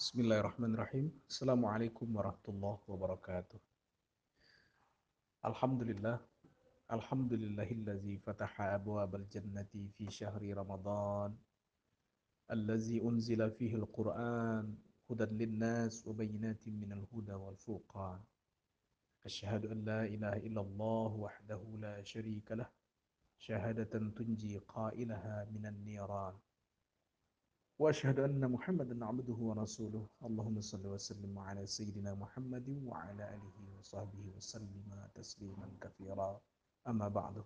Bismillahirrahmanirrahim. Assalamualaikum warahmatullahi wabarakatuh. Alhamdulillah. Alhamdulillahillazi fataha abwabal jannati fi syahri Ramadan. Allazi unzila fihi al-Quran. Hudan linnas wa bayinatin minal huda wal furqan. Asyhadu an la ilaha illallah wahdahu la syarika lah. Syahadatan tunji qailaha minan niran. وأشهد أن محمدا عبده ورسوله اللهم صل وسلم على سيدنا محمد وعلى آله وصحبه وسلم تسليما كثيرا أما بعد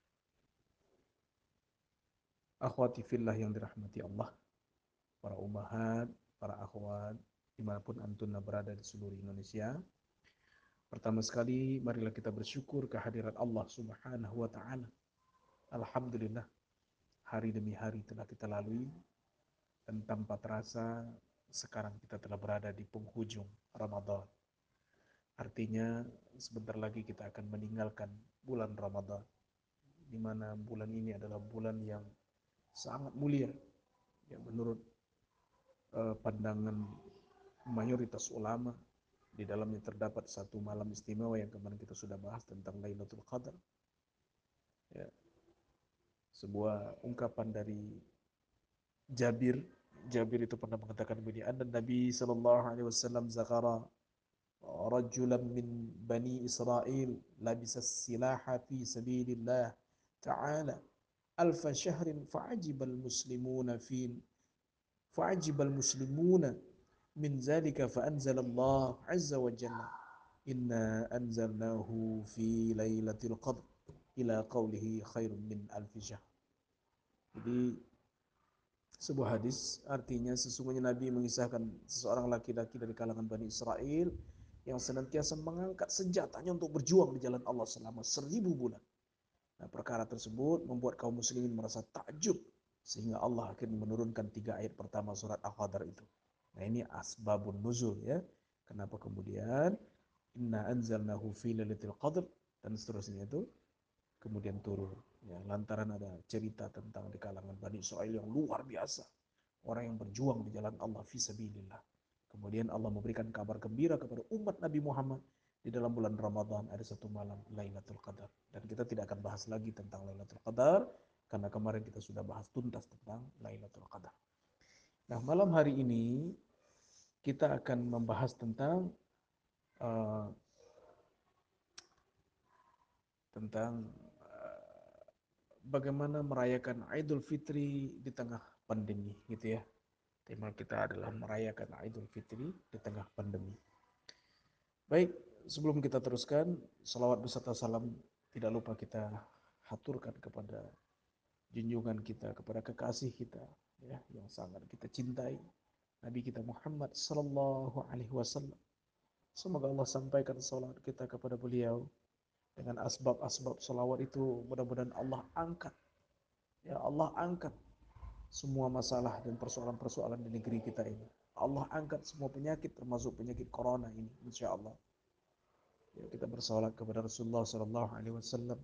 akhwati fillah yang dirahmati Allah, para ummahat, para akhwat dimanapun antuna berada di seluruh Indonesia. Pertama sekali marilah kita bersyukur kehadirat Allah subhanahu wa ta'ala. Alhamdulillah, hari demi hari telah kita lalui dan tanpa terasa sekarang kita telah berada di penghujung Ramadan. Artinya sebentar lagi kita akan meninggalkan bulan Ramadan, di mana bulan ini adalah bulan yang sangat mulia, yang menurut pandangan mayoritas ulama. Di dalamnya terdapat satu malam istimewa yang kemarin kita sudah bahas tentang Lailatul Qadar. Ya, sebuah ungkapan dari Jabir. Jabir itu pernah mengatakan begini, "Anna Nabi sallallahu alaihi wasallam zakara rajulan min bani Israel labisa silaha fi sabilillah ta'ala alfa syahrin fa'ajibal muslimuna min zalika fa'anzalallah azza wa jalla inna anzalnahu fi lailatul qadr ila qawlihi khairun min alfi syahr." Jadi sebuah hadis artinya sesungguhnya Nabi mengisahkan seseorang laki-laki dari kalangan Bani Israel yang senantiasa mengangkat senjatanya untuk berjuang di jalan Allah selama 1000 bulan. Nah, perkara tersebut membuat kaum muslimin merasa takjub sehingga Allah akhirnya menurunkan 3 ayat pertama surat Al-Qadar itu. Nah, ini asbabun nuzul ya. Kenapa kemudian inna anzalnahu fi lailatul qadr dan seterusnya itu kemudian turun ya, lantaran ada cerita tentang di kalangan Bani Israil yang luar biasa, orang yang berjuang di jalan Allah fisabilillah. Kemudian Allah memberikan kabar gembira kepada umat Nabi Muhammad di dalam bulan Ramadan ada satu malam Lailatul Qadar, dan kita tidak akan bahas lagi tentang Lailatul Qadar karena kemarin kita sudah bahas tuntas tentang Lailatul Qadar. Nah, malam hari ini kita akan membahas tentang uh, tentang bagaimana merayakan Idul Fitri di tengah pandemi gitu ya. Tema kita adalah merayakan Idul Fitri di tengah pandemi. Baik, sebelum kita teruskan, salawat beserta salam tidak lupa kita haturkan kepada junjungan kita, kepada kekasih kita ya, yang sangat kita cintai, Nabi kita Muhammad sallallahu alaihi wasallam. Semoga Allah sampaikan salawat kita kepada beliau. Dengan asbab-asbab salawat itu mudah-mudahan Allah angkat, ya Allah angkat semua masalah dan persoalan-persoalan di negeri kita ini. Allah angkat semua penyakit termasuk penyakit corona ini, insya Allah. Ya, kita bersolat kepada Rasulullah Sallallahu Alaihi Wasallam.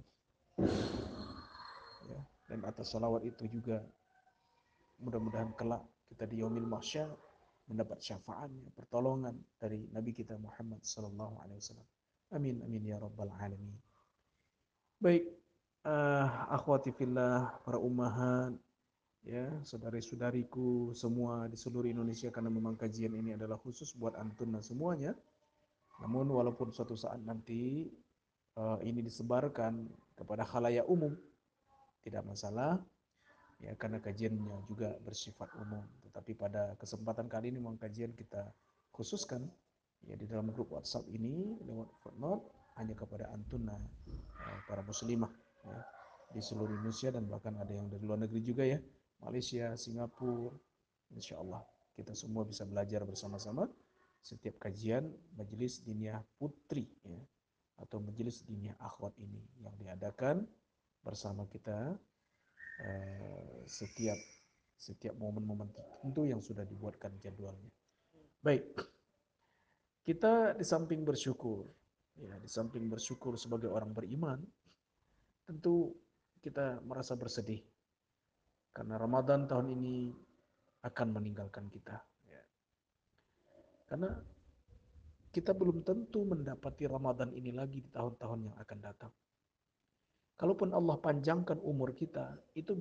Ya, dan atas salawat itu juga mudah-mudahan kelak kita di yaumil mahsyar mendapat syafaatnya, pertolongan dari Nabi kita Muhammad Sallallahu Alaihi Wasallam. Amin amin ya rabbal alamin. Baik, akhwati fillah, para ummahat, ya, saudari-saudariku semua di seluruh Indonesia, karena memang kajian ini adalah khusus buat antun dan semuanya. Namun walaupun suatu saat nanti ini disebarkan kepada khalayak umum, tidak masalah ya, karena kajiannya juga bersifat umum. Tetapi pada kesempatan kali ini memang kajian kita khususkan ya di dalam grup WhatsApp ini lewat footnote hanya kepada antuna para muslimah ya, di seluruh Indonesia, dan bahkan ada yang dari luar negeri juga ya, Malaysia, Singapura. Insya Allah kita semua bisa belajar bersama-sama setiap kajian Majelis Diniyah Putri ya, atau Majelis Diniyah Akhwat ini yang diadakan bersama kita setiap momen-momen tertentu yang sudah dibuatkan jadwalnya. Baik, kita di samping bersyukur ya, di samping bersyukur sebagai orang beriman, tentu kita merasa bersedih karena Ramadan tahun ini akan meninggalkan kita. Ya. Karena kita belum tentu mendapati Ramadan ini lagi di tahun-tahun yang akan datang. Kalaupun Allah panjangkan umur kita, itu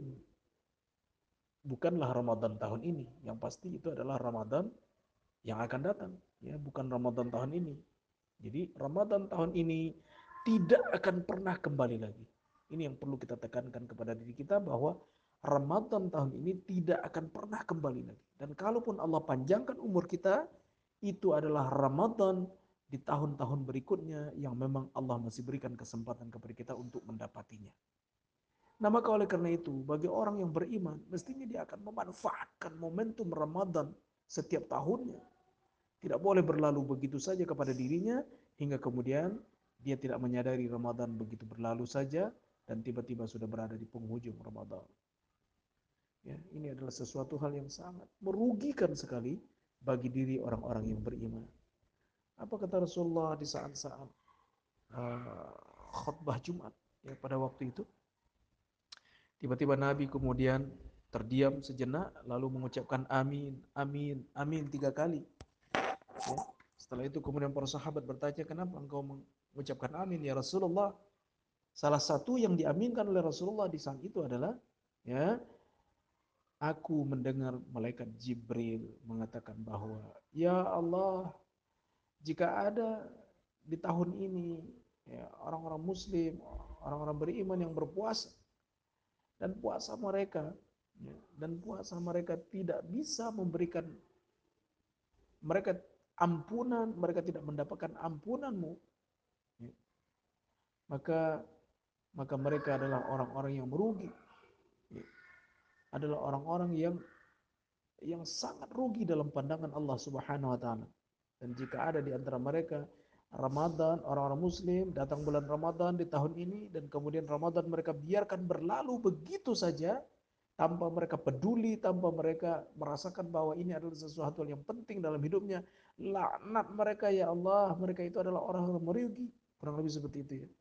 bukanlah Ramadan tahun ini. Yang pasti itu adalah Ramadan yang akan datang, ya, bukan Ramadan tahun ini. Jadi Ramadan tahun ini tidak akan pernah kembali lagi. Ini yang perlu kita tekankan kepada diri kita, bahwa Ramadan tahun ini tidak akan pernah kembali lagi. Dan kalaupun Allah panjangkan umur kita, itu adalah Ramadan di tahun-tahun berikutnya yang memang Allah masih berikan kesempatan kepada kita untuk mendapatinya. Nah, maka oleh karena itu, bagi orang yang beriman, mestinya dia akan memanfaatkan momentum Ramadan setiap tahunnya. Tidak boleh berlalu begitu saja kepada dirinya, hingga kemudian dia tidak menyadari Ramadan begitu berlalu saja, dan tiba-tiba sudah berada di penghujung Ramadan. Ya, ini adalah sesuatu hal yang sangat merugikan sekali bagi diri orang-orang yang beriman. Apa kata Rasulullah di saat-saat khutbah Jumat, ya, pada waktu itu? Tiba-tiba Nabi kemudian terdiam sejenak, lalu mengucapkan amin, amin, amin 3 kali. Ya. Setelah itu kemudian para sahabat bertanya, kenapa engkau mengucapkan amin ya Rasulullah? Salah satu yang diaminkan oleh Rasulullah di saat itu adalah, ya, aku mendengar malaikat Jibril mengatakan bahwa, ya Allah, jika ada di tahun ini, ya, orang-orang Muslim, orang-orang beriman yang berpuasa, dan puasa mereka, ya, dan puasa mereka tidak bisa memberikan mereka ampunan, mereka tidak mendapatkan ampunanmu, ya, maka mereka adalah orang-orang yang merugi, ya, adalah orang-orang yang sangat rugi dalam pandangan Allah Subhanahu wa taala. Dan jika ada di antara mereka Ramadan, orang-orang Muslim datang bulan Ramadan di tahun ini, dan kemudian Ramadan mereka biarkan berlalu begitu saja tanpa mereka peduli, tanpa mereka merasakan bahwa ini adalah sesuatu yang penting dalam hidupnya, laknat mereka ya Allah, mereka itu adalah orang-orang merugi. Kurang lebih seperti itu, ya.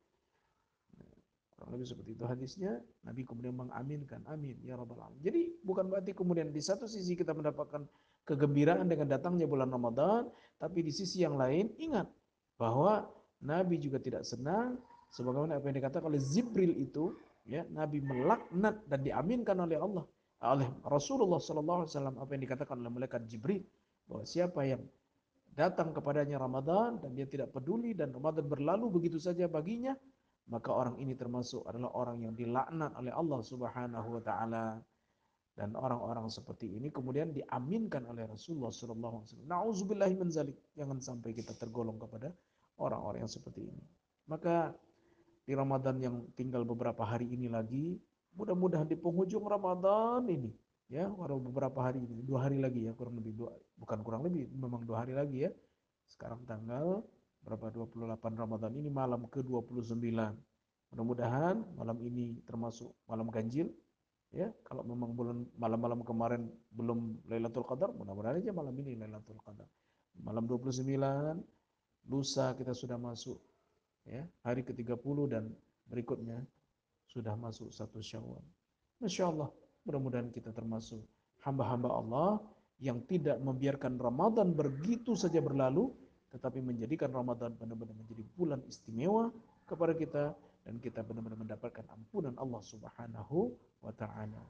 Kurang lebih seperti itu hadisnya. Nabi kemudian mengaminkan, amin ya rabbal alamin. Jadi bukan berarti kemudian di satu sisi kita mendapatkan kegembiraan dengan datangnya bulan Ramadan, tapi di sisi yang lain ingat bahwa Nabi juga tidak senang sebagaimana apa yang dikatakan oleh Jibril itu, ya, Nabi melaknat dan diaminkan oleh Allah, oleh Rasulullah sallallahu alaihi wasallam, apa yang dikatakan oleh malaikat Jibril, bahwa siapa yang datang kepadanya Ramadan dan dia tidak peduli dan Ramadan berlalu begitu saja baginya, maka orang ini termasuk adalah orang yang dilaknat oleh Allah Subhanahu wa taala. Dan orang-orang seperti ini kemudian diaminkan oleh Rasulullah sallallahu alaihi wasallam. Nauzubillahi min zalik. Jangan sampai kita tergolong kepada orang-orang yang seperti ini. Maka di Ramadan yang tinggal beberapa hari ini lagi, mudah-mudahan di penghujung Ramadan ini, ya, walau beberapa hari ini, 2 hari lagi, ya, kurang lebih bukan kurang lebih, memang 2 hari lagi, ya. Sekarang tanggal berapa, 28 Ramadan, ini malam ke-29. Mudah-mudahan malam ini termasuk malam ganjil, ya. Kalau memang bulan malam-malam kemarin belum Lailatul Qadar, mudah-mudahan aja malam ini Lailatul Qadar. Malam 29, lusa kita sudah masuk, ya, hari ke-30, dan berikutnya sudah masuk 1 Syawal. Masya Allah, mudah-mudahan kita termasuk hamba-hamba Allah yang tidak membiarkan Ramadan begitu saja berlalu, tetapi menjadikan Ramadan benar-benar menjadi bulan istimewa kepada kita, dan kita benar-benar mendapatkan ampunan Allah Subhanahu wa taala.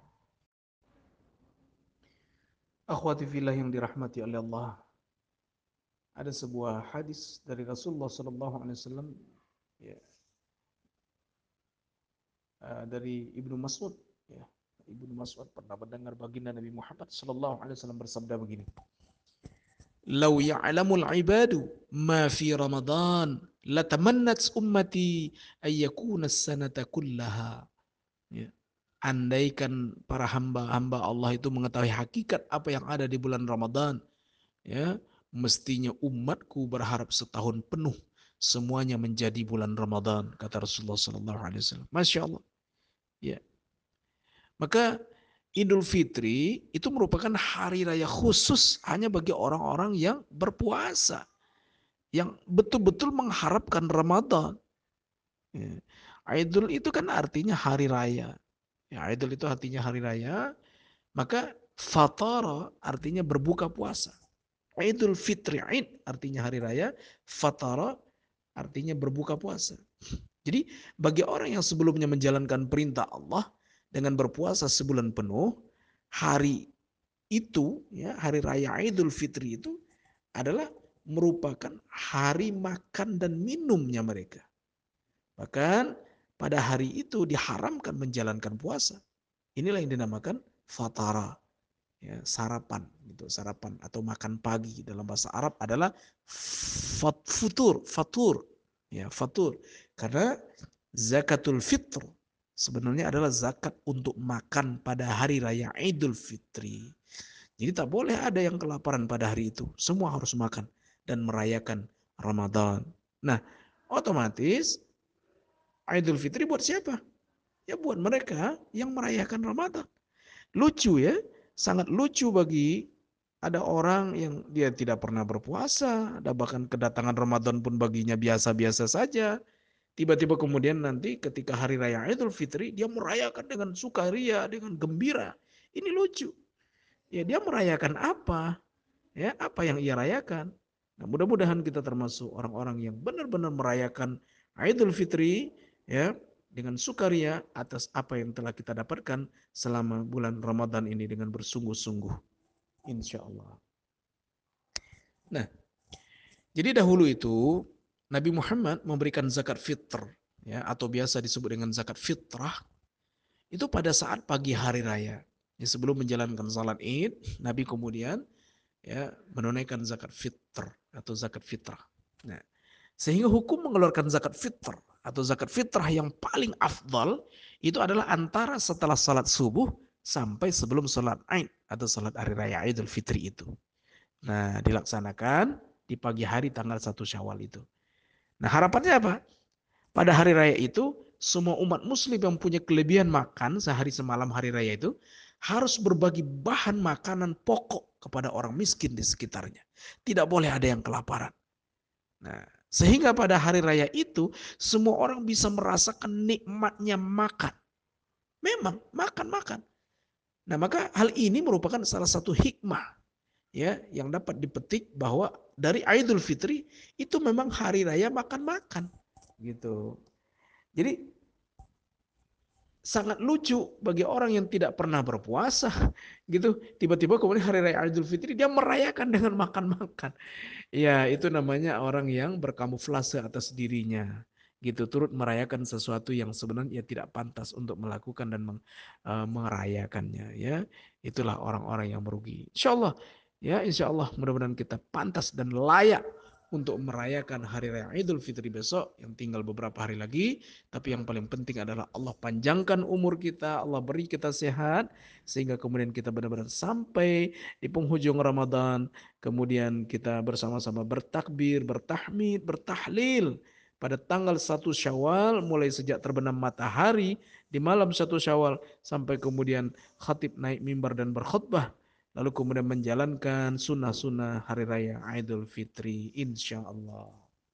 Akhwati fillah yang dirahmati oleh Allah, ada sebuah hadis dari Rasulullah sallallahu alaihi wasallam, ya, dari Ibnu Mas'ud, ya. Ibnu Mas'ud pernah mendengar baginda Nabi Muhammad sallallahu alaihi wasallam bersabda begini, "Lau ya'lamul ibadu ma fi Ramadan latamannat ummati ayyakuna as-sanata kullaha." Ya. Andaikan para hamba-hamba Allah itu mengetahui hakikat apa yang ada di bulan Ramadan, ya, mestinya umatku berharap setahun penuh semuanya menjadi bulan Ramadan, kata Rasulullah sallallahu alaihi wasallam. Masya Allah. Ya. Maka Idul Fitri itu merupakan hari raya khusus hanya bagi orang-orang yang berpuasa, yang betul-betul mengharapkan Ramadan. Ya. Idul itu kan artinya hari raya. Ya, Idul itu artinya hari raya. Maka fatara artinya berbuka puasa. Idul Fitri, Id artinya hari raya, fatara artinya berbuka puasa. Jadi bagi orang yang sebelumnya menjalankan perintah Allah dengan berpuasa sebulan penuh, hari itu ya, hari raya Idul Fitri itu adalah merupakan hari makan dan minumnya mereka. Bahkan pada hari itu diharamkan menjalankan puasa. Inilah yang dinamakan fatara, ya, sarapan gitu, sarapan atau makan pagi dalam bahasa Arab adalah fatur, ya, fatur. Karena zakatul fitr sebenarnya adalah zakat untuk makan pada hari raya Idul Fitri. Jadi tak boleh ada yang kelaparan pada hari itu. Semua harus makan dan merayakan Ramadan. Nah, otomatis Idul Fitri buat siapa? Ya buat mereka yang merayakan Ramadan. Lucu ya, sangat lucu bagi ada orang yang dia tidak pernah berpuasa, ada bahkan kedatangan Ramadan pun baginya biasa-biasa saja. Tiba-tiba kemudian nanti ketika hari raya Idul Fitri, dia merayakan dengan sukaria, dengan gembira. Ini lucu. Ya dia merayakan apa? Ya, apa yang ia rayakan? Nah, mudah-mudahan kita termasuk orang-orang yang benar-benar merayakan Idul Fitri ya dengan sukaria atas apa yang telah kita dapatkan selama bulan Ramadan ini dengan bersungguh-sungguh. Insya Allah. Nah, jadi dahulu itu Nabi Muhammad memberikan zakat fitr ya atau biasa disebut dengan zakat fitrah itu pada saat pagi hari raya. Ya, sebelum menjalankan salat Id, Nabi kemudian ya menunaikan zakat fitr atau zakat fitrah. Nah, sehingga hukum mengeluarkan zakat fitr atau zakat fitrah yang paling afdal itu adalah antara setelah salat subuh sampai sebelum salat Id atau salat hari raya Idul Fitri itu. Nah, dilaksanakan di pagi hari tanggal 1 Syawal itu. Nah, harapannya apa? Pada hari raya itu, semua umat muslim yang punya kelebihan makan sehari semalam hari raya itu harus berbagi bahan makanan pokok kepada orang miskin di sekitarnya. Tidak boleh ada yang kelaparan. Nah, sehingga pada hari raya itu semua orang bisa merasakan nikmatnya makan. Memang makan-makan. Nah, maka hal ini merupakan salah satu hikmah ya yang dapat dipetik bahwa dari Idul Fitri itu memang hari raya makan-makan gitu. Jadi sangat lucu bagi orang yang tidak pernah berpuasa gitu. Tiba-tiba kemudian hari raya Idul Fitri dia merayakan dengan makan-makan. Ya, itu namanya orang yang berkamuflase atas dirinya. Gitu, turut merayakan sesuatu yang sebenarnya tidak pantas untuk melakukan dan merayakannya ya. Itulah orang-orang yang merugi. Insyaallah ya, insyaallah mudah-mudahan kita pantas dan layak untuk merayakan hari raya Idul Fitri besok yang tinggal beberapa hari lagi. Tapi yang paling penting adalah Allah panjangkan umur kita, Allah beri kita sehat sehingga kemudian kita benar-benar sampai di penghujung Ramadan. Kemudian kita bersama-sama bertakbir, bertahmid, bertahlil pada tanggal 1 Syawal mulai sejak terbenam matahari di malam 1 Syawal sampai kemudian khatib naik mimbar dan berkhutbah. Lalu kemudian menjalankan sunnah-sunnah hari raya Idul Fitri insya Allah.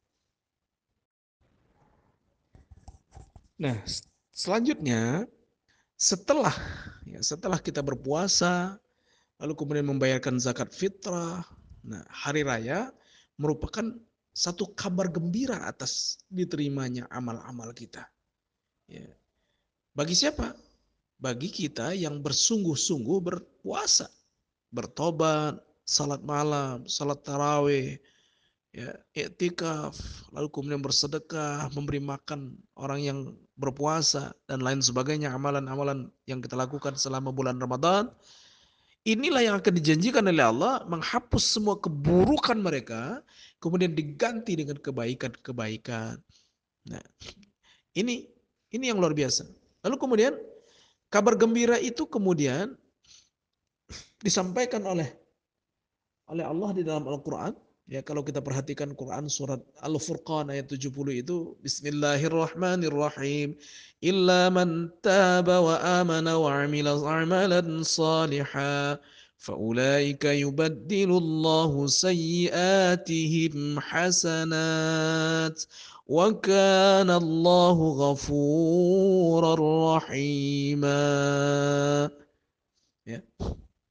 Nah, selanjutnya setelah setelah kita berpuasa lalu kemudian membayarkan zakat fitrah. Nah, hari raya merupakan satu kabar gembira atas diterimanya amal-amal kita. Ya. Bagi siapa? Bagi kita yang bersungguh-sungguh berpuasa, bertobat, salat malam, salat tarawih, ya, iktikaf, lalu kemudian bersedekah, memberi makan orang yang berpuasa dan lain sebagainya amalan-amalan yang kita lakukan selama bulan Ramadan. Inilah yang akan dijanjikan oleh Allah menghapus semua keburukan mereka, kemudian diganti dengan kebaikan-kebaikan. Nah, ini yang luar biasa. Lalu kemudian kabar gembira itu kemudian disampaikan oleh Allah di dalam Al-Quran. Ya, kalau kita perhatikan Quran surat Al-Furqan ayat 70 itu Bismillahirrahmanirrahim illa man taba wa amana wa amila amalan salihan faulaika yubaddilullahu sayyiatihim hasanat wa kana Allahu ghafurar rahima. Ya.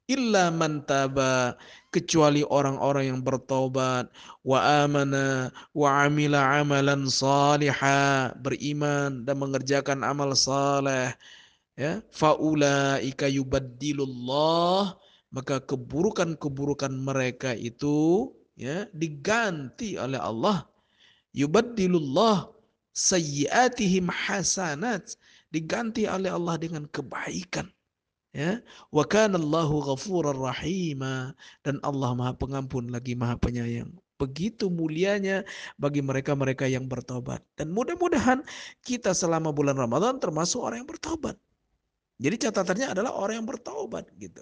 illa man taba, kecuali orang-orang yang bertobat, wa amana wa amila amalan salihah, beriman dan mengerjakan amal saleh, ya, faulaika yubaddilullah, maka keburukan-keburukan mereka itu, ya, diganti oleh Allah. Yubaddilullah sayyiatihim hasanat, diganti oleh Allah dengan kebaikan, ya. Wa kana Allahu ghafurar rahima, dan Allah Maha Pengampun lagi Maha Penyayang. Begitu mulianya bagi mereka-mereka yang bertobat. Dan mudah-mudahan kita selama bulan Ramadan termasuk orang yang bertobat. Jadi catatannya adalah orang yang bertobat gitu.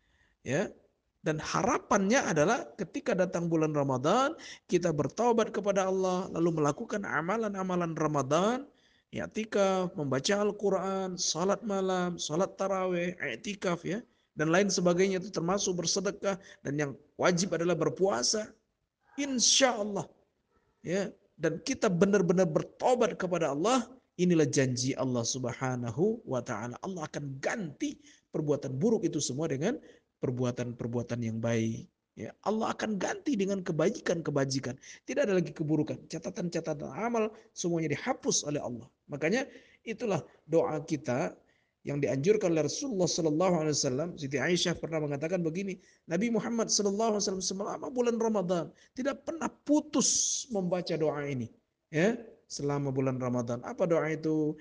Ya. Dan harapannya adalah ketika datang bulan Ramadan, kita bertobat kepada Allah, lalu melakukan amalan-amalan Ramadan, i'tikaf, membaca Al-Quran, salat malam, salat tarawih, i'tikaf, ya, dan lain sebagainya, itu termasuk bersedekah, dan yang wajib adalah berpuasa. Insya Allah, ya, dan kita benar-benar bertobat kepada Allah, inilah janji Allah Subhanahu wa taala. Allah akan ganti perbuatan buruk itu semua dengan perbuatan-perbuatan yang baik. Ya, Allah akan ganti dengan kebaikan-kebajikan. Tidak ada lagi keburukan. Catatan-catatan amal semuanya dihapus oleh Allah. Makanya itulah doa kita yang dianjurkan oleh Rasulullah Sallallahu Alaihi Wasallam. Siti Aisyah pernah mengatakan begini, Nabi Muhammad Sallallahu Alaihi Wasallam selama bulan Ramadan tidak pernah putus membaca doa ini. Ya, selama bulan Ramadan. Apa doa itu?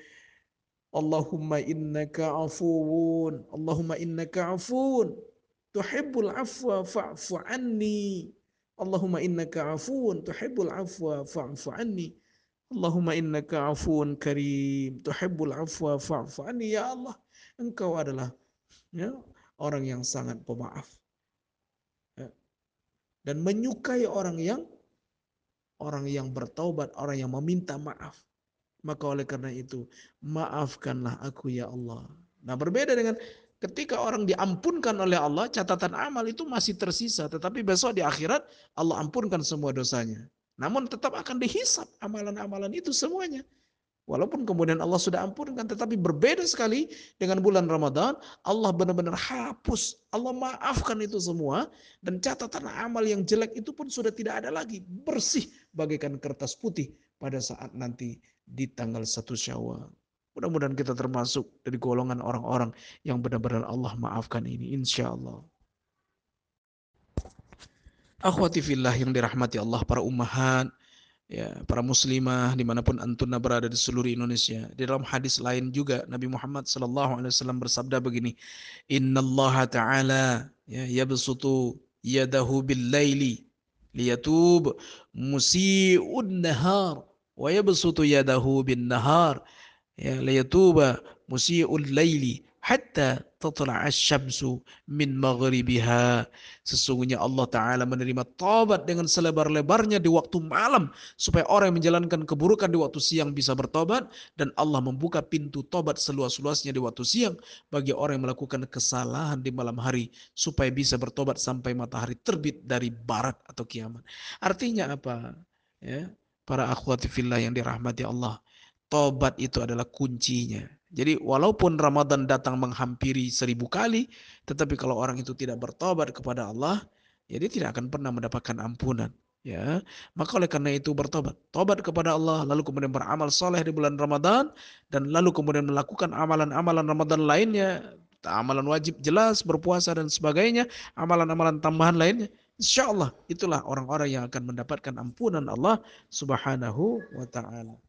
Allahumma innaka afuwun, Allahumma innaka afuwun, tuhibbul afwa fa'fu anni. Allahumma innaka afuwun, tuhibbul afwa fa'fu anni. Allahumma innaka afuwun karim, tuhibbul afwa fa'fu anni. Ya Allah, Engkau adalah, ya, orang yang sangat pemaaf, ya, dan menyukai orang yang bertaubat, orang yang meminta maaf. Maka oleh karena itu, maafkanlah aku ya Allah. Nah, berbeda dengan ketika orang diampunkan oleh Allah, catatan amal itu masih tersisa. Tetapi besok di akhirat, Allah ampunkan semua dosanya. Namun tetap akan dihisap amalan-amalan itu semuanya. Walaupun kemudian Allah sudah ampunkan, tetapi berbeda sekali dengan bulan Ramadan. Allah benar-benar hapus, Allah maafkan itu semua, dan catatan amal yang jelek itu pun sudah tidak ada lagi, bersih bagaikan kertas putih pada saat nanti di tanggal 1 Syawal. Mudah-mudahan kita termasuk dari golongan orang-orang yang benar-benar Allah maafkan ini, insya Allah. Akhwati fillah yang dirahmati Allah, para ummahat, ya, para muslimah dimanapun antuna berada di seluruh Indonesia. Di dalam hadis lain juga Nabi Muhammad SAW bersabda begini, Innallaha ta'ala, ya, yabsutu yadahu bil laili liyatub musii'un nahar wa yabsutu yadahu bin nahar, ya, liyatuba musii'ul laili hatta tatla'asy syamsu min maghribiha. Sesungguhnya Allah Ta'ala menerima taubat dengan selebar-lebarnya di waktu malam, supaya orang yang menjalankan keburukan di waktu siang bisa bertobat, dan Allah membuka pintu tobat seluas-luasnya di waktu siang bagi orang yang melakukan kesalahan di malam hari, supaya bisa bertobat sampai matahari terbit dari barat atau kiamat. Artinya apa? Ya, para akhwati fillah yang dirahmati Allah, tobat itu adalah kuncinya. Jadi walaupun Ramadan datang menghampiri 1000 kali, tetapi kalau orang itu tidak bertobat kepada Allah, ya dia tidak akan pernah mendapatkan ampunan. Ya, maka oleh karena itu bertobat, tobat kepada Allah, lalu kemudian beramal soleh di bulan Ramadan, dan lalu kemudian melakukan amalan-amalan Ramadan lainnya, amalan wajib jelas, berpuasa dan sebagainya, amalan-amalan tambahan lainnya. Insya Allah itulah orang-orang yang akan mendapatkan ampunan Allah Subhanahu wa Ta'ala.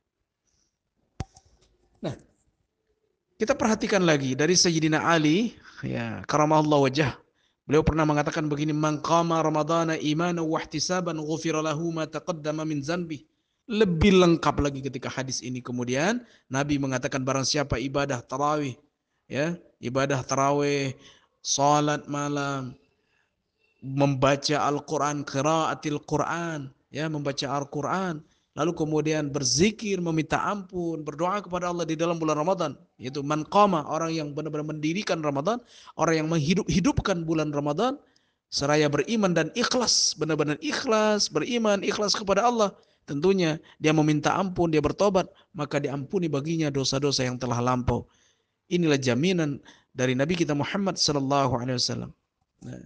Nah, kita perhatikan lagi dari Sayyidina Ali, ya, karamallahu wajah. Beliau pernah mengatakan begini, "Man qama ramadhana imanan wa ihtisaban ghufira lahu ma taqaddama min zanbi." Lebih lengkap lagi ketika hadis ini kemudian Nabi mengatakan, barang siapa ibadah tarawih, ya, ibadah tarawih, salat malam, membaca Al-Quran, qiraatil Quran, ya, membaca Al-Quran, lalu kemudian berzikir, meminta ampun, berdoa kepada Allah di dalam bulan Ramadan, yaitu man qama, orang yang benar-benar mendirikan Ramadan, orang yang menghidup-hidupkan bulan Ramadan, seraya beriman dan ikhlas, benar-benar ikhlas, beriman, ikhlas kepada Allah. Tentunya dia meminta ampun, dia bertobat, maka diampuni baginya dosa-dosa yang telah lampau. Inilah jaminan dari Nabi kita Muhammad sallallahu alaihi wasallam. Nah,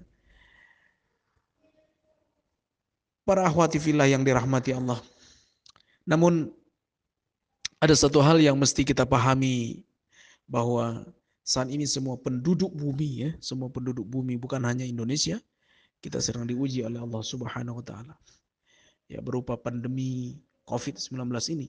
para akhwati fillah yang dirahmati Allah. Namun ada satu hal yang mesti kita pahami, bahwa saat ini semua penduduk bumi, ya, semua penduduk bumi, bukan hanya Indonesia, kita sedang diuji oleh Allah Subhanahu wa taala. Ya, berupa pandemi COVID-19 ini.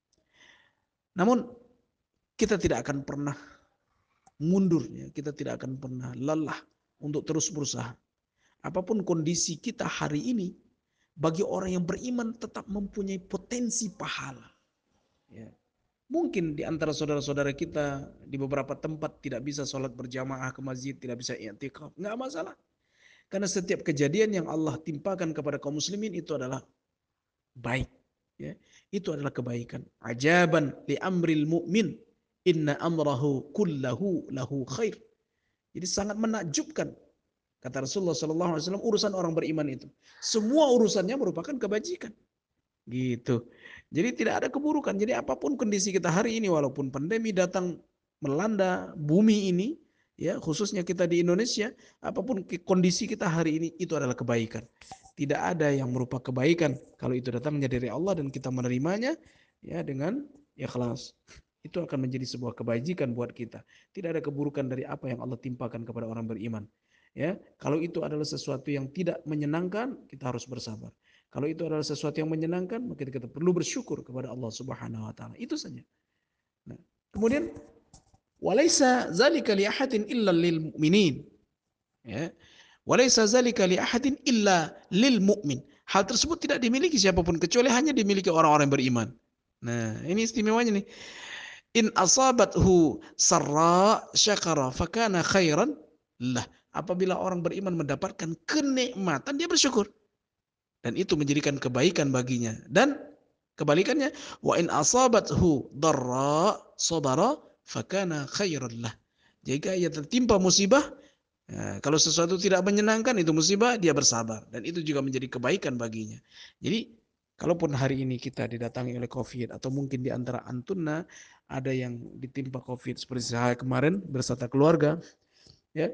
Namun kita tidak akan pernah mundur, ya. Kita tidak akan pernah lelah untuk terus berusaha. Apapun kondisi kita hari ini, bagi orang yang beriman tetap mempunyai potensi pahala. Ya. Mungkin di antara saudara-saudara kita di beberapa tempat tidak bisa sholat berjamaah ke masjid, tidak bisa i'tikaf, nggak masalah. Karena setiap kejadian yang Allah timpakan kepada kaum muslimin itu adalah baik. Ya. Itu adalah kebaikan. Ajaban li amril mu'min, inna amrahu kullahu lahu khair. Jadi sangat menakjubkan, kata Rasulullah SAW, urusan orang beriman itu. Semua urusannya merupakan kebajikan. Gitu. Jadi tidak ada keburukan. Jadi apapun kondisi kita hari ini, walaupun pandemi datang melanda bumi ini, ya khususnya kita di Indonesia, apapun kondisi kita hari ini itu adalah kebaikan. Tidak ada yang merupakan kebaikan kalau itu datangnya dari Allah dan kita menerimanya ya dengan ikhlas. Itu akan menjadi sebuah kebajikan buat kita. Tidak ada keburukan dari apa yang Allah timpakan kepada orang beriman. Ya, kalau itu adalah sesuatu yang tidak menyenangkan, kita harus bersabar. Kalau itu adalah sesuatu yang menyenangkan, maka kita perlu bersyukur kepada Allah Subhanahu wa taala. Itu saja. Nah, kemudian walaisa zalika li ahadin illa lil mu'minin. Ya. Walaisa zalika li ahadin illa lil mu'min. Hal tersebut tidak dimiliki siapapun kecuali hanya dimiliki orang-orang yang beriman. Nah, ini istimewanya nih. In asabathu sarra syakara fakana khairan lah. Apabila orang beriman mendapatkan kenikmatan, dia bersyukur. Dan itu menjadikan kebaikan baginya. Dan kebalikannya, wa in asabathu darra sabara fakana khairan lah. Jika ia tertimpa musibah, kalau sesuatu tidak menyenangkan, itu musibah, dia bersabar. Dan itu juga menjadi kebaikan baginya. Jadi, kalaupun hari ini kita didatangi oleh COVID, atau mungkin di antara antunna ada yang ditimpa COVID, seperti saya kemarin beserta keluarga, ya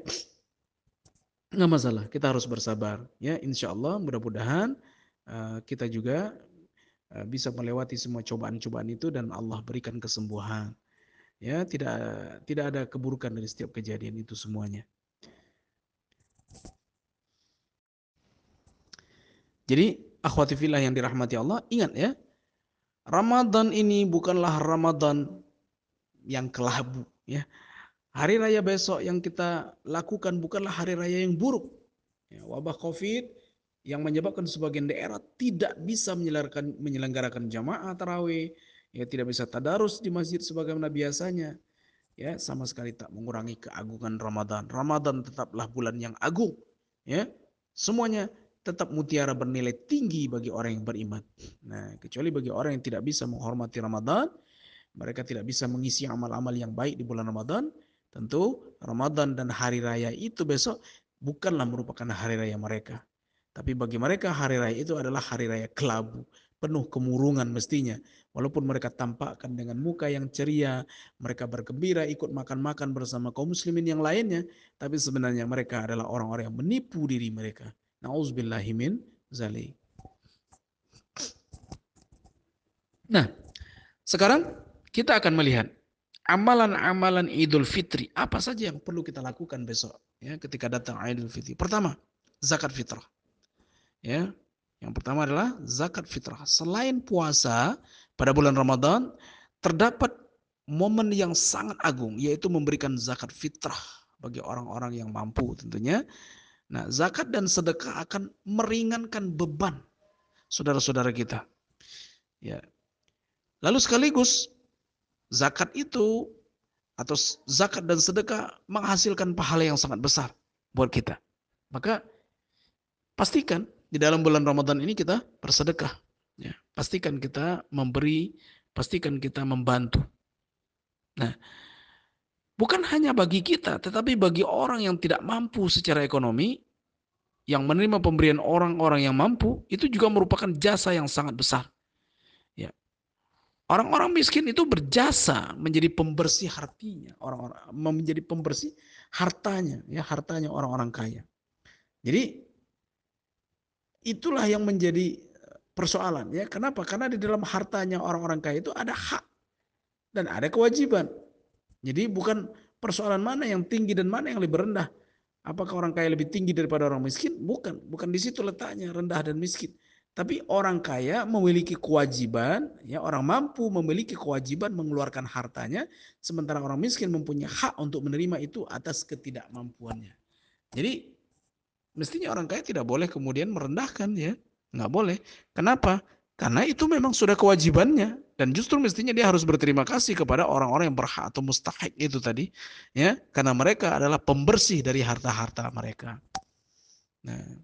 nggak masalah, kita harus bersabar. Ya, insya Allah mudah-mudahan kita juga bisa melewati semua cobaan-cobaan itu dan Allah berikan kesembuhan. Ya, tidak ada keburukan dari setiap kejadian itu semuanya. Jadi, akhwati fillah yang dirahmati Allah, ingat ya, Ramadan ini bukanlah Ramadan yang kelabu, ya. Hari raya besok yang kita lakukan bukanlah hari raya yang buruk. Ya, wabah COVID yang menyebabkan sebagian daerah tidak bisa menyelenggarakan jamaah tarawih, ya tidak bisa tadarus di masjid sebagaimana biasanya, ya sama sekali tak mengurangi keagungan Ramadan. Ramadan tetaplah bulan yang agung, ya semuanya tetap mutiara bernilai tinggi bagi orang yang beriman. Nah, kecuali bagi orang yang tidak bisa menghormati Ramadan, mereka tidak bisa mengisi amal-amal yang baik di bulan Ramadan. Tentu Ramadan dan hari raya itu besok bukanlah merupakan hari raya mereka. Tapi bagi mereka hari raya itu adalah hari raya kelabu, penuh kemurungan mestinya. Walaupun mereka tampakkan dengan muka yang ceria, mereka bergembira ikut makan-makan bersama kaum muslimin yang lainnya, tapi sebenarnya mereka adalah orang-orang yang menipu diri mereka. Nauzubillahi min zalik. Nah, sekarang kita akan melihat amalan-amalan Idul Fitri apa saja yang perlu kita lakukan besok ya ketika datang Idul Fitri. Pertama, zakat fitrah. Ya. Yang pertama adalah zakat fitrah. Selain puasa pada bulan Ramadan, terdapat momen yang sangat agung, yaitu memberikan zakat fitrah bagi orang-orang yang mampu tentunya. Nah, zakat dan sedekah akan meringankan beban saudara-saudara kita. Ya. Lalu sekaligus zakat itu atau zakat dan sedekah menghasilkan pahala yang sangat besar buat kita. Maka pastikan di dalam bulan Ramadan ini kita bersedekah. Ya, pastikan kita memberi, pastikan kita membantu. Nah, bukan hanya bagi kita, tetapi bagi orang yang tidak mampu secara ekonomi, yang menerima pemberian orang-orang yang mampu, itu juga merupakan jasa yang sangat besar. Ya. Orang-orang miskin itu berjasa menjadi pembersih hatinya, orang-orang menjadi pembersih hartanya, ya hartanya orang-orang kaya. Jadi itulah yang menjadi persoalan ya. Kenapa? Karena di dalam hartanya orang-orang kaya itu ada hak dan ada kewajiban. Jadi bukan persoalan mana yang tinggi dan mana yang lebih rendah. Apakah orang kaya lebih tinggi daripada orang miskin? Bukan, bukan di situ letaknya rendah dan miskin. Tapi orang kaya memiliki kewajiban, ya orang mampu memiliki kewajiban mengeluarkan hartanya, sementara orang miskin mempunyai hak untuk menerima itu atas ketidakmampuannya. Jadi mestinya orang kaya tidak boleh kemudian merendahkan ya, nggak boleh. Kenapa? Karena itu memang sudah kewajibannya dan justru mestinya dia harus berterima kasih kepada orang-orang yang berhak atau mustahik itu tadi, ya, karena mereka adalah pembersih dari harta-harta mereka. Nah,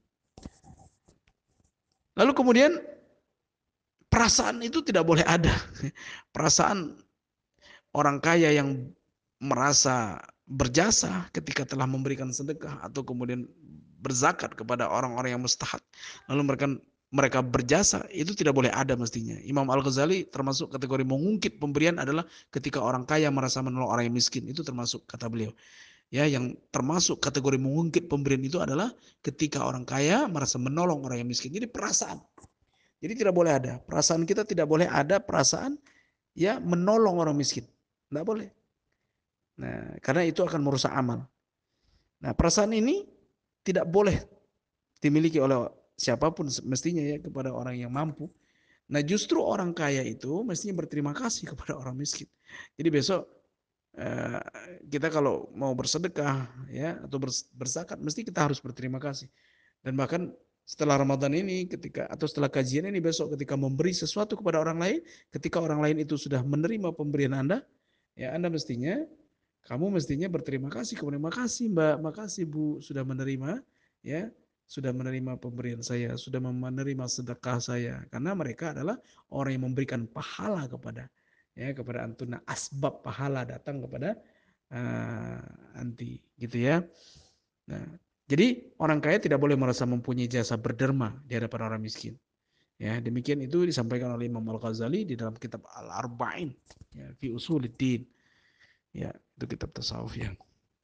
lalu kemudian perasaan itu tidak boleh ada. Perasaan orang kaya yang merasa berjasa ketika telah memberikan sedekah atau kemudian berzakat kepada orang-orang yang mustahak, lalu mereka berjasa, itu tidak boleh ada mestinya. Imam Al-Ghazali termasuk kategori mengungkit pemberian adalah ketika orang kaya merasa menolong orang yang miskin, itu termasuk kata beliau. Ya, yang termasuk kategori mengungkit pemberian itu adalah ketika orang kaya merasa menolong orang yang miskin. Jadi perasaan. Jadi tidak boleh ada. Perasaan kita tidak boleh ada perasaan ya menolong orang miskin. Tidak boleh. Nah, karena itu akan merusak amal. Nah, perasaan ini tidak boleh dimiliki oleh siapapun mestinya ya kepada orang yang mampu. Nah, justru orang kaya itu mestinya berterima kasih kepada orang miskin. Jadi besok eh, kita kalau mau bersedekah ya atau berzakat mesti kita harus berterima kasih. Dan bahkan setelah Ramadan ini ketika atau setelah kajian ini besok ketika memberi sesuatu kepada orang lain, ketika orang lain itu sudah menerima pemberian Anda, ya Anda mestinya kamu mestinya berterima kasih, kemudian makasih Mbak, makasih Bu sudah menerima, ya, sudah menerima pemberian saya, sudah menerima sedekah saya, karena mereka adalah orang yang memberikan pahala kepada antum. Nah, asbab pahala datang kepada anti, gitu ya. Nah, jadi orang kaya tidak boleh merasa mempunyai jasa berderma di hadapan orang miskin. Ya, demikian itu disampaikan oleh Imam Al-Ghazali di dalam kitab Al-Arba'in, ya, fi Usuluddin. Ya, itu kitab tasawuf ya.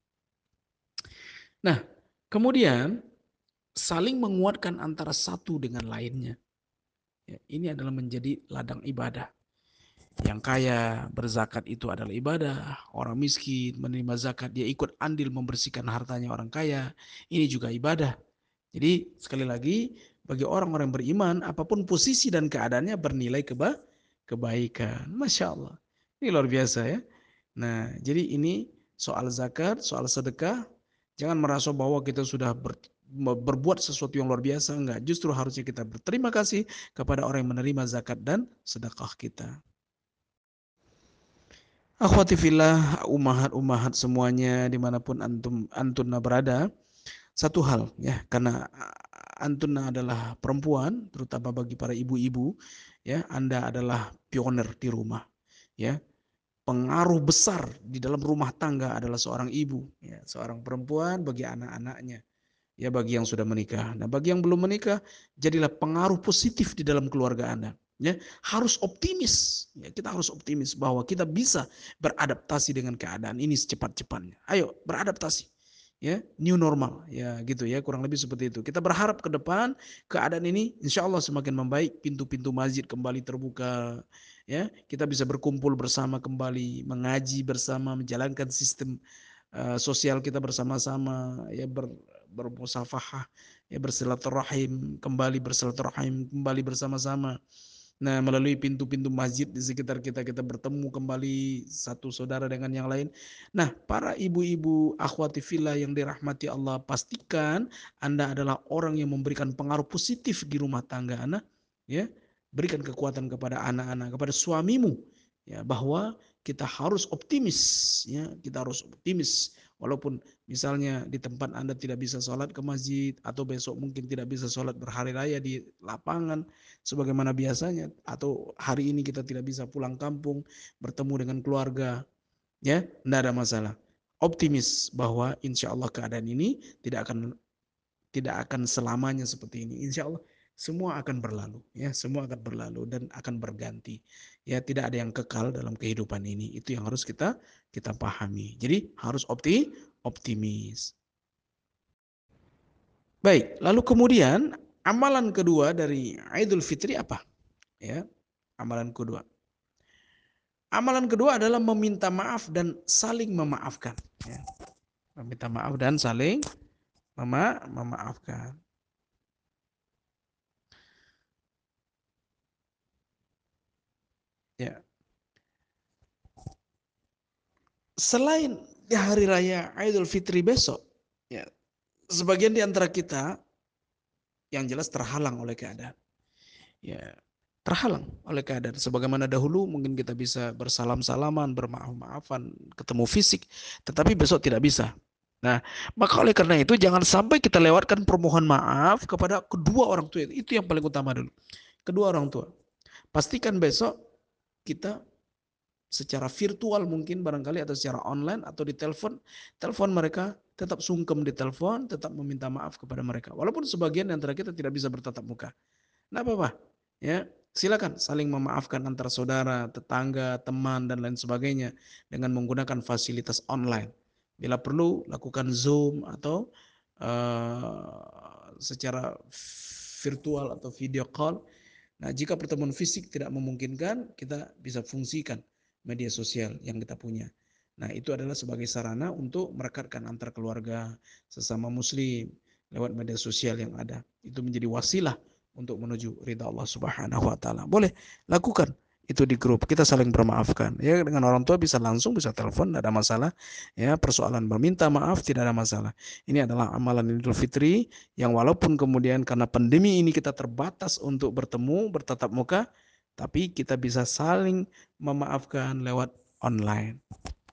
Nah, kemudian saling menguatkan antara satu dengan lainnya. Ya, ini adalah menjadi ladang ibadah. Yang kaya berzakat itu adalah ibadah. Orang miskin menerima zakat, dia ikut andil membersihkan hartanya orang kaya. Ini juga ibadah. Jadi sekali lagi, bagi orang-orang beriman, apapun posisi dan keadaannya bernilai kebaikan. Masya Allah. Ini luar biasa ya. Nah, jadi ini soal zakat, soal sedekah. Jangan merasa bahwa kita sudah berbuat sesuatu yang luar biasa. Enggak, justru harusnya kita berterima kasih kepada orang yang menerima zakat dan sedekah kita. Akhwati fillah, umahat-umahat semuanya dimanapun antuna berada. Satu hal ya, karena antuna adalah perempuan, terutama bagi para ibu-ibu, ya, Anda adalah pioner di rumah, ya. Pengaruh besar di dalam rumah tangga adalah seorang ibu, ya, seorang perempuan bagi anak-anaknya, ya, bagi yang sudah menikah. Nah, bagi yang belum menikah, jadilah pengaruh positif di dalam keluarga Anda. Ya, harus optimis. Ya, kita harus optimis bahwa kita bisa beradaptasi dengan keadaan ini secepat-cepatnya. Ayo beradaptasi. Ya, new normal. Ya, gitu ya, kurang lebih seperti itu. Kita berharap ke depan keadaan ini insya Allah semakin membaik, pintu-pintu masjid kembali terbuka. Ya, kita bisa berkumpul bersama kembali, mengaji bersama, menjalankan sistem sosial kita bersama-sama, ya, bermusafahah, ya, bersilaturahim, kembali bersama-sama. Nah, melalui pintu-pintu masjid di sekitar kita, kita bertemu kembali satu saudara dengan yang lain. Nah, para ibu-ibu akhwati fillah yang dirahmati Allah, pastikan Anda adalah orang yang memberikan pengaruh positif di rumah tangga Anda, ya. Berikan kekuatan kepada anak-anak, kepada suamimu, ya, bahwa kita harus optimis, ya, kita harus optimis. Walaupun misalnya di tempat Anda tidak bisa sholat ke masjid, atau besok mungkin tidak bisa sholat berhari raya di lapangan, sebagaimana biasanya, atau hari ini kita tidak bisa pulang kampung bertemu dengan keluarga, ya, tidak ada masalah. Optimis bahwa insya Allah keadaan ini tidak akan selamanya seperti ini. Insya Allah semua akan berlalu, ya, semua akan berlalu dan akan berganti. Ya, tidak ada yang kekal dalam kehidupan ini. Itu yang harus kita pahami. Jadi harus optimis. Baik, lalu kemudian amalan kedua dari Idul Fitri apa? Ya, amalan kedua. Amalan kedua adalah meminta maaf dan saling memaafkan. Ya, meminta maaf dan saling memaafkan. Ya, selain di hari raya Idul Fitri besok, ya, sebagian di antara kita yang jelas terhalang oleh keadaan. Ya, terhalang oleh keadaan. Sebagaimana dahulu mungkin kita bisa bersalam-salaman, bermaaf-maafan, ketemu fisik, tetapi besok tidak bisa. Nah, maka oleh karena itu jangan sampai kita lewatkan permohonan maaf kepada kedua orang tua. Itu yang paling utama dulu. Kedua orang tua. Pastikan besok kita secara virtual mungkin barangkali atau secara online atau di telepon mereka, tetap sungkem di telepon, tetap meminta maaf kepada mereka. Walaupun sebagian di antara kita tidak bisa bertatap muka. Nah, apa-apa. Ya, silakan saling memaafkan antara saudara, tetangga, teman dan lain sebagainya dengan menggunakan fasilitas online. Bila perlu lakukan Zoom atau secara virtual atau video call. Nah, jika pertemuan fisik tidak memungkinkan, kita bisa fungsikan media sosial yang kita punya. Nah, itu adalah sebagai sarana untuk merekatkan antar keluarga sesama muslim lewat media sosial yang ada. Itu menjadi wasilah untuk menuju ridha Allah Subhanahu wa taala. Boleh lakukan itu di grup. Kita saling bermaafkan. Ya, dengan orang tua bisa langsung, bisa telepon, tidak ada masalah. Ya, persoalan meminta maaf tidak ada masalah. Ini adalah amalan Idul Fitri yang walaupun kemudian karena pandemi ini kita terbatas untuk bertemu, bertatap muka, tapi kita bisa saling memaafkan lewat online.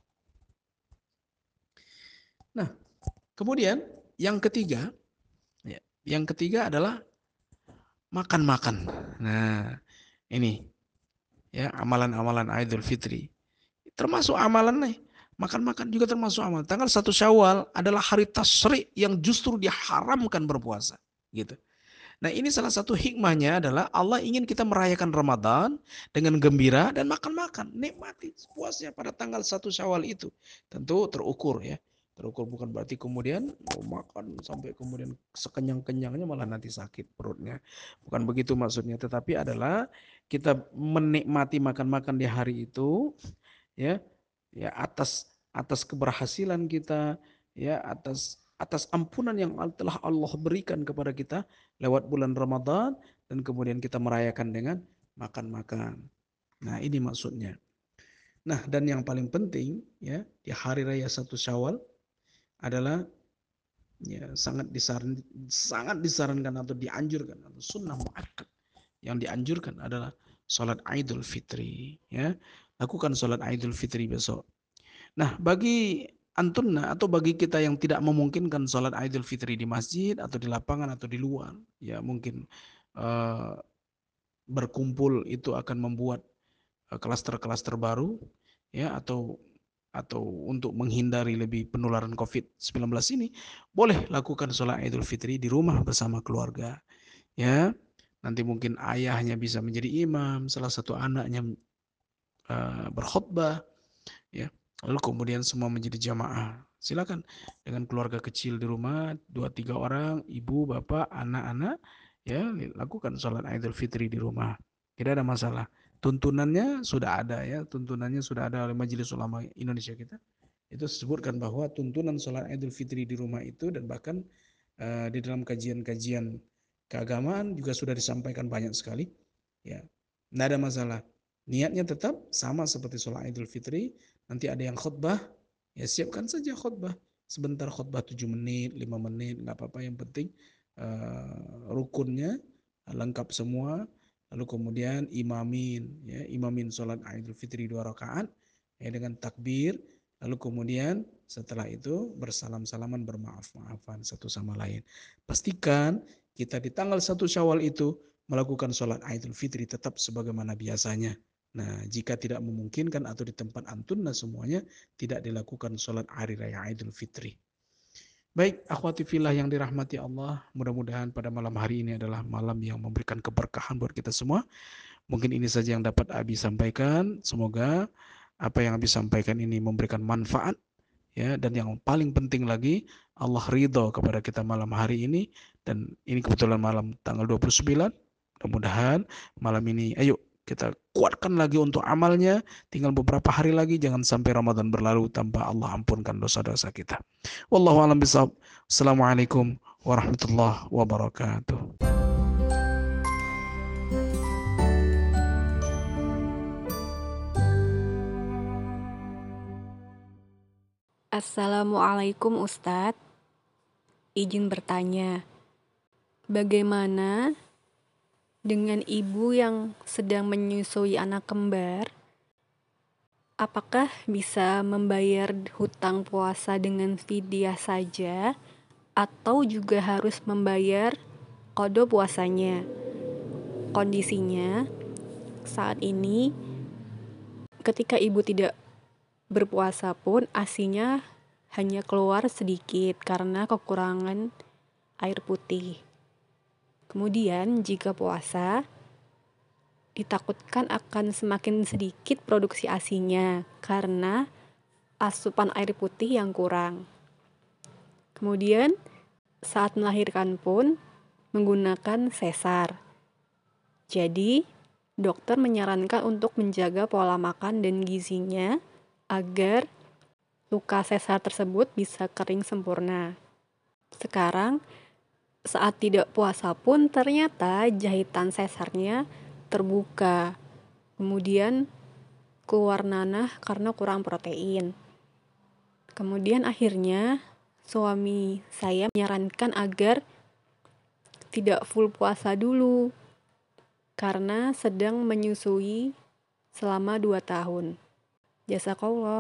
Nah, kemudian yang ketiga, ya, yang ketiga adalah makan-makan. Nah, ini ya amalan-amalan Idul Fitri. Termasuk amalan nih. Makan-makan juga termasuk amalan. Tanggal 1 Syawal adalah hari tasyrik yang justru diharamkan berpuasa. Gitu. Nah, ini salah satu hikmahnya adalah Allah ingin kita merayakan Ramadan dengan gembira dan makan-makan. Nikmati puasnya pada tanggal 1 Syawal itu. Tentu terukur ya. Terukur bukan berarti kemudian mau makan sampai kemudian sekenyang-kenyangnya malah nanti sakit perutnya. Bukan begitu maksudnya. Tetapi adalah kita menikmati makan-makan di hari itu ya, ya atas atas keberhasilan kita, ya atas ampunan yang telah Allah berikan kepada kita lewat bulan Ramadan dan kemudian kita merayakan dengan makan-makan. Nah, ini maksudnya. Nah, dan yang paling penting ya di hari raya 1 Syawal adalah ya sangat disarankan atau dianjurkan atau sunnah muakkad yang dianjurkan adalah sholat Idul Fitri ya. Lakukan sholat Idul Fitri besok. Nah, bagi antunna atau bagi kita yang tidak memungkinkan sholat Idul Fitri di masjid atau di lapangan atau di luar, ya mungkin eh, berkumpul itu akan membuat klaster-klaster baru, ya atau untuk menghindari lebih penularan COVID-19 ini, boleh lakukan sholat Idul Fitri di rumah bersama keluarga, ya. Nanti mungkin ayahnya bisa menjadi imam, salah satu anaknya berkhutbah, ya. Lalu kemudian semua menjadi jamaah. Silakan dengan keluarga kecil di rumah 2-3 orang, ibu, bapak, anak-anak, ya lakukan sholat Idul Fitri di rumah. Tidak ada masalah. Tuntunannya sudah ada ya, tuntunannya sudah ada oleh Majelis Ulama Indonesia kita. Itu disebutkan bahwa tuntunan sholat Idul Fitri di rumah itu dan bahkan di dalam kajian-kajian keagamaan juga sudah disampaikan banyak sekali. Ya, tidak ada masalah. Niatnya tetap sama seperti sholat Idul Fitri. Nanti ada yang khutbah, ya siapkan saja khutbah. Sebentar khutbah 7 menit, 5 menit, nggak apa-apa. Yang penting rukunnya lengkap semua. Lalu kemudian imamin sholat Idul Fitri 2 rakaat ya, dengan takbir. Lalu kemudian setelah itu bersalam-salaman, bermaaf-maafan satu sama lain. Pastikan kita di tanggal 1 Syawal itu melakukan sholat Idul Fitri tetap sebagaimana biasanya. Nah, jika tidak memungkinkan atau di tempat antunna semuanya tidak dilakukan sholat hari raya Idul Fitri. Baik, akhwati fillah yang dirahmati Allah, mudah-mudahan pada malam hari ini adalah malam yang memberikan keberkahan buat kita semua. Mungkin ini saja yang dapat Abi sampaikan. Semoga apa yang Abi sampaikan ini memberikan manfaat ya, dan yang paling penting lagi Allah ridho kepada kita malam hari ini, dan ini kebetulan malam tanggal 29. Mudah-mudahan malam ini, ayo kita kuatkan lagi untuk amalnya. Tinggal beberapa hari lagi, jangan sampai Ramadan berlalu tanpa Allah ampunkan dosa-dosa kita. Wallahu a'lam bishawab. Assalamualaikum warahmatullahi wabarakatuh. Assalamualaikum Ustadz, izin bertanya, bagaimana dengan ibu yang sedang menyusui anak kembar? Apakah bisa membayar hutang puasa dengan fidyah saja, atau juga harus membayar qada puasanya? Kondisinya saat ini, ketika ibu tidak berpuasa pun ASINya hanya keluar sedikit karena kekurangan air putih. Kemudian jika puasa, ditakutkan akan semakin sedikit produksi ASINya karena asupan air putih yang kurang. Kemudian saat melahirkan pun menggunakan sesar. Jadi, dokter menyarankan untuk menjaga pola makan dan gizinya agar luka sesar tersebut bisa kering sempurna. Sekarang, saat tidak puasa pun ternyata jahitan sesarnya terbuka. Kemudian keluar nanah karena kurang protein. Kemudian akhirnya suami saya menyarankan agar tidak full puasa dulu karena sedang menyusui selama 2 tahun. Jazakallah.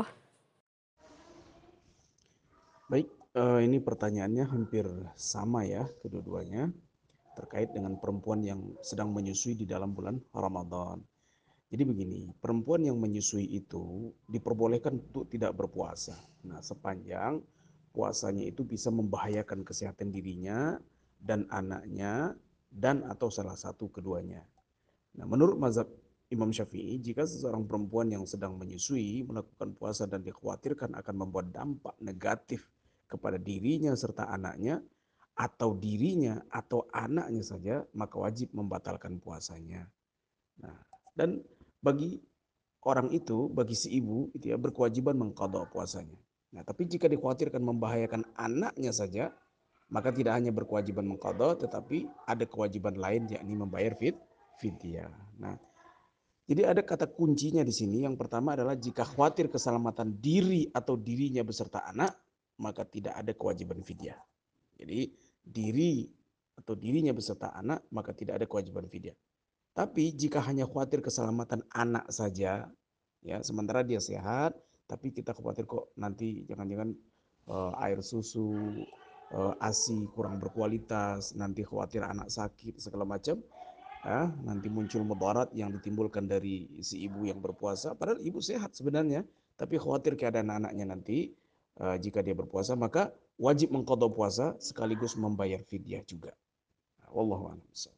Baik, ini pertanyaannya hampir sama ya kedua-duanya terkait dengan perempuan yang sedang menyusui di dalam bulan Ramadan. Jadi begini, perempuan yang menyusui itu diperbolehkan untuk tidak berpuasa. Nah, sepanjang puasanya itu bisa membahayakan kesehatan dirinya dan anaknya dan atau salah satu keduanya. Nah, menurut mazhab Imam Syafi'i, jika seseorang perempuan yang sedang menyusui melakukan puasa dan dikhawatirkan akan membuat dampak negatif kepada dirinya serta anaknya, atau dirinya atau anaknya saja, maka wajib membatalkan puasanya. Nah, dan bagi orang itu, bagi si ibu, itu ya berkewajiban mengqadha puasanya. Nah, tapi jika dikhawatirkan membahayakan anaknya saja, maka tidak hanya berkewajiban mengqadha, tetapi ada kewajiban lain, yakni membayar fidyah. Nah, jadi ada kata kuncinya di sini. Yang pertama adalah jika khawatir keselamatan diri atau dirinya beserta anak, maka tidak ada kewajiban fidyah. Jadi diri atau dirinya beserta anak, maka tidak ada kewajiban fidyah. Tapi jika hanya khawatir keselamatan anak saja, ya sementara dia sehat, tapi kita khawatir kok nanti jangan-jangan air susu, ASI kurang berkualitas, nanti khawatir anak sakit segala macam, ya, nanti muncul mudarat yang ditimbulkan dari si ibu yang berpuasa, padahal ibu sehat sebenarnya, tapi khawatir keadaan anaknya nanti jika dia berpuasa, maka wajib mengqadha puasa sekaligus membayar fidyah juga. Wallahu a'lam.